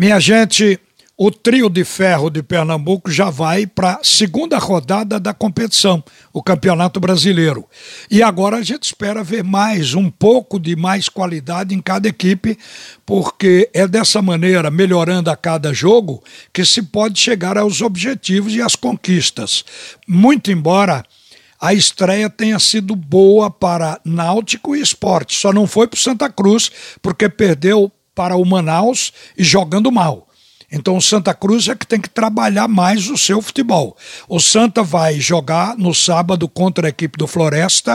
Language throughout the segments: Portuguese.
Minha gente, o trio de ferro de Pernambuco já vai para a segunda rodada da competição, o Campeonato Brasileiro. E agora a gente espera ver um pouco de mais qualidade em cada equipe, porque é dessa maneira, melhorando a cada jogo, que se pode chegar aos objetivos e às conquistas. Muito embora a estreia tenha sido boa para Náutico e Sport, só não foi para o Santa Cruz, porque perdeu para o Manaus e jogando mal. Então o Santa Cruz é que tem que trabalhar mais o seu futebol. O Santa vai jogar no sábado contra a equipe do Floresta,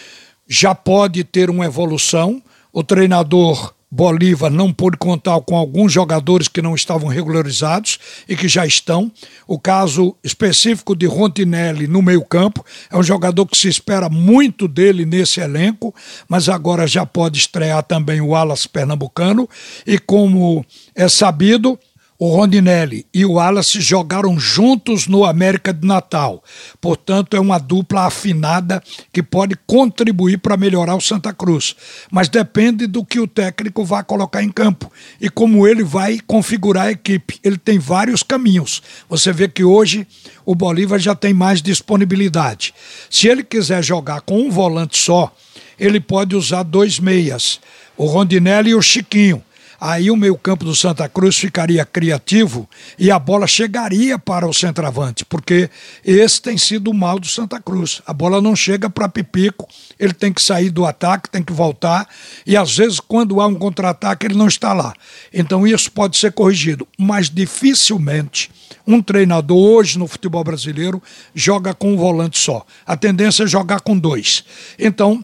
já pode ter uma evolução. O treinador Bolívar não pôde contar com alguns jogadores que não estavam regularizados e que já estão. O caso específico de Rondinelli no meio-campo, é um jogador que se espera muito dele nesse elenco, mas agora já pode estrear também o Wallace pernambucano. E como é sabido, o Rondinelli e o Wallace jogaram juntos no América de Natal. Portanto, é uma dupla afinada que pode contribuir para melhorar o Santa Cruz. Mas depende do que o técnico vai colocar em campo e como ele vai configurar a equipe. Ele tem vários caminhos. Você vê que hoje o Bolívar já tem mais disponibilidade. Se ele quiser jogar com um volante só, ele pode usar 2 meias, o Rondinelli e o Chiquinho. Aí o meio-campo do Santa Cruz ficaria criativo e a bola chegaria para o centroavante, porque esse tem sido o mal do Santa Cruz. A bola não chega para Pipico, ele tem que sair do ataque, tem que voltar, e às vezes quando há um contra-ataque ele não está lá. Então isso pode ser corrigido, mas dificilmente um treinador hoje no futebol brasileiro joga com um volante só. A tendência é jogar com 2. Então,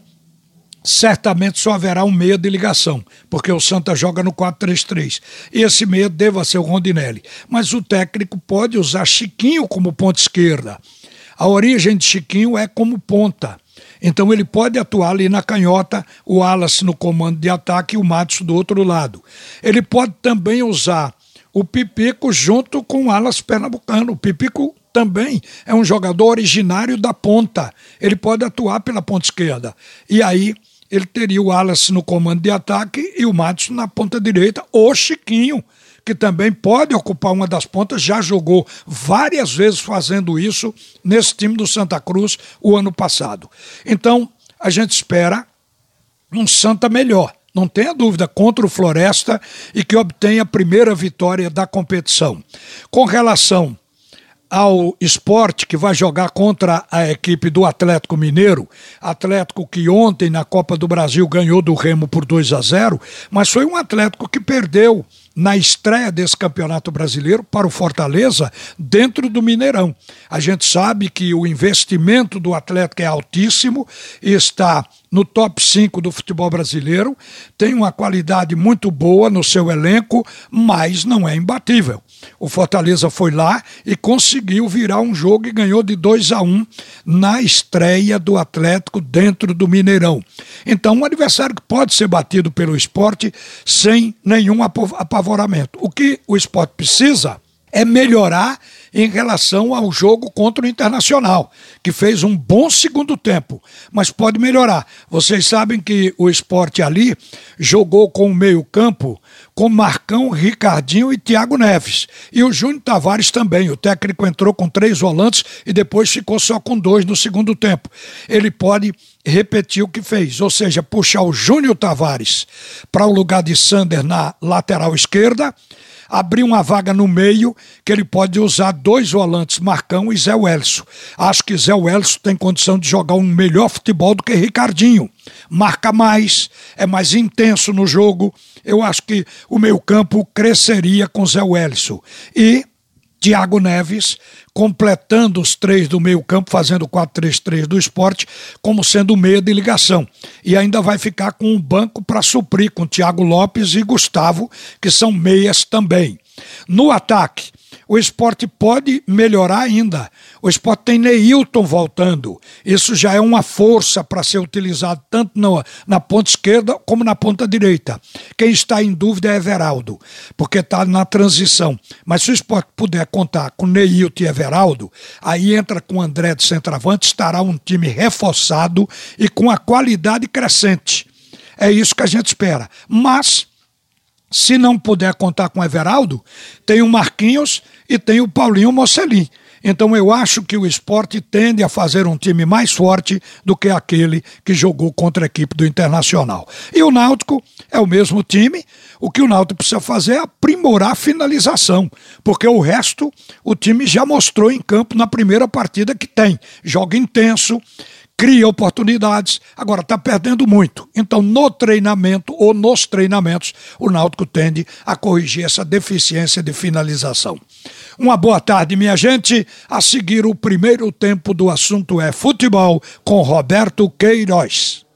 certamente só haverá um meia de ligação, porque o Santa joga no 4-3-3. E esse meia deva ser o Rondinelli. Mas o técnico pode usar Chiquinho como ponta esquerda. A origem de Chiquinho é como ponta. Então ele pode atuar ali na canhota, o Wallace no comando de ataque e o Matos do outro lado. Ele pode também usar o Pipico junto com o Wallace pernambucano. O Pipico também é um jogador originário da ponta. Ele pode atuar pela ponta esquerda. E aí ele teria o Wallace no comando de ataque e o Matos na ponta direita, ou Chiquinho, que também pode ocupar uma das pontas, já jogou várias vezes fazendo isso nesse time do Santa Cruz o ano passado. Então, a gente espera um Santa melhor, não tenha dúvida, contra o Floresta e que obtenha a primeira vitória da competição. Com relação ao Sport, que vai jogar contra a equipe do Atlético Mineiro, Atlético que ontem na Copa do Brasil ganhou do Remo por 2-0, mas foi um Atlético que perdeu na estreia desse Campeonato Brasileiro para o Fortaleza dentro do Mineirão. A gente sabe que o investimento do Atlético é altíssimo e está no top 5 do futebol brasileiro, tem uma qualidade muito boa no seu elenco, mas não é imbatível. O Fortaleza foi lá e conseguiu virar um jogo e ganhou de 2-1 na estreia do Atlético dentro do Mineirão. Então, um adversário que pode ser batido pelo Sport sem nenhum apavoramento. O que o Sport precisa é melhorar em relação ao jogo contra o Internacional, que fez um bom segundo tempo, mas pode melhorar. Vocês sabem que o Sport ali jogou com o meio-campo com Marcão, Ricardinho e Thiago Neves. E o Júnior Tavares também. O técnico entrou com 3 volantes e depois ficou só com 2 no segundo tempo. Ele pode repetir o que fez, ou seja, puxar o Júnior Tavares para o lugar de Sander na lateral esquerda, abrir uma vaga no meio que ele pode usar 2 volantes, Marcão e Zé Welso. Acho que Zé Welso tem condição de jogar um melhor futebol do que Ricardinho. Marca mais, é mais intenso no jogo. Eu acho que o meio-campo cresceria com Zé Welso. E Thiago Neves completando os 3 do meio-campo, fazendo o 4-3-3 do Sport, como sendo o meia de ligação. E ainda vai ficar com um banco para suprir com Thiago Lopes e Gustavo, que são meias também. No ataque, o Sport pode melhorar ainda. O Sport tem Neilton voltando. Isso já é uma força para ser utilizado tanto na ponta esquerda como na ponta direita. Quem está em dúvida é Everaldo, porque está na transição. Mas se o Sport puder contar com Neilton e Everaldo, aí entra com André de centroavante, estará um time reforçado e com a qualidade crescente. É isso que a gente espera. Mas Se não puder contar com o Everaldo, tem o Marquinhos e tem o Paulinho Mocelin. Então eu acho que o Sport tende a fazer um time mais forte do que aquele que jogou contra a equipe do Internacional. E o Náutico é o mesmo time. O que o Náutico precisa fazer é aprimorar a finalização, porque o resto o time já mostrou em campo na primeira partida que tem. Joga intenso, cria oportunidades, agora está perdendo muito. Então, no treinamento ou nos treinamentos, o Náutico tende a corrigir essa deficiência de finalização. Uma boa tarde, minha gente. A seguir, o primeiro tempo do assunto é futebol com Roberto Queiroz.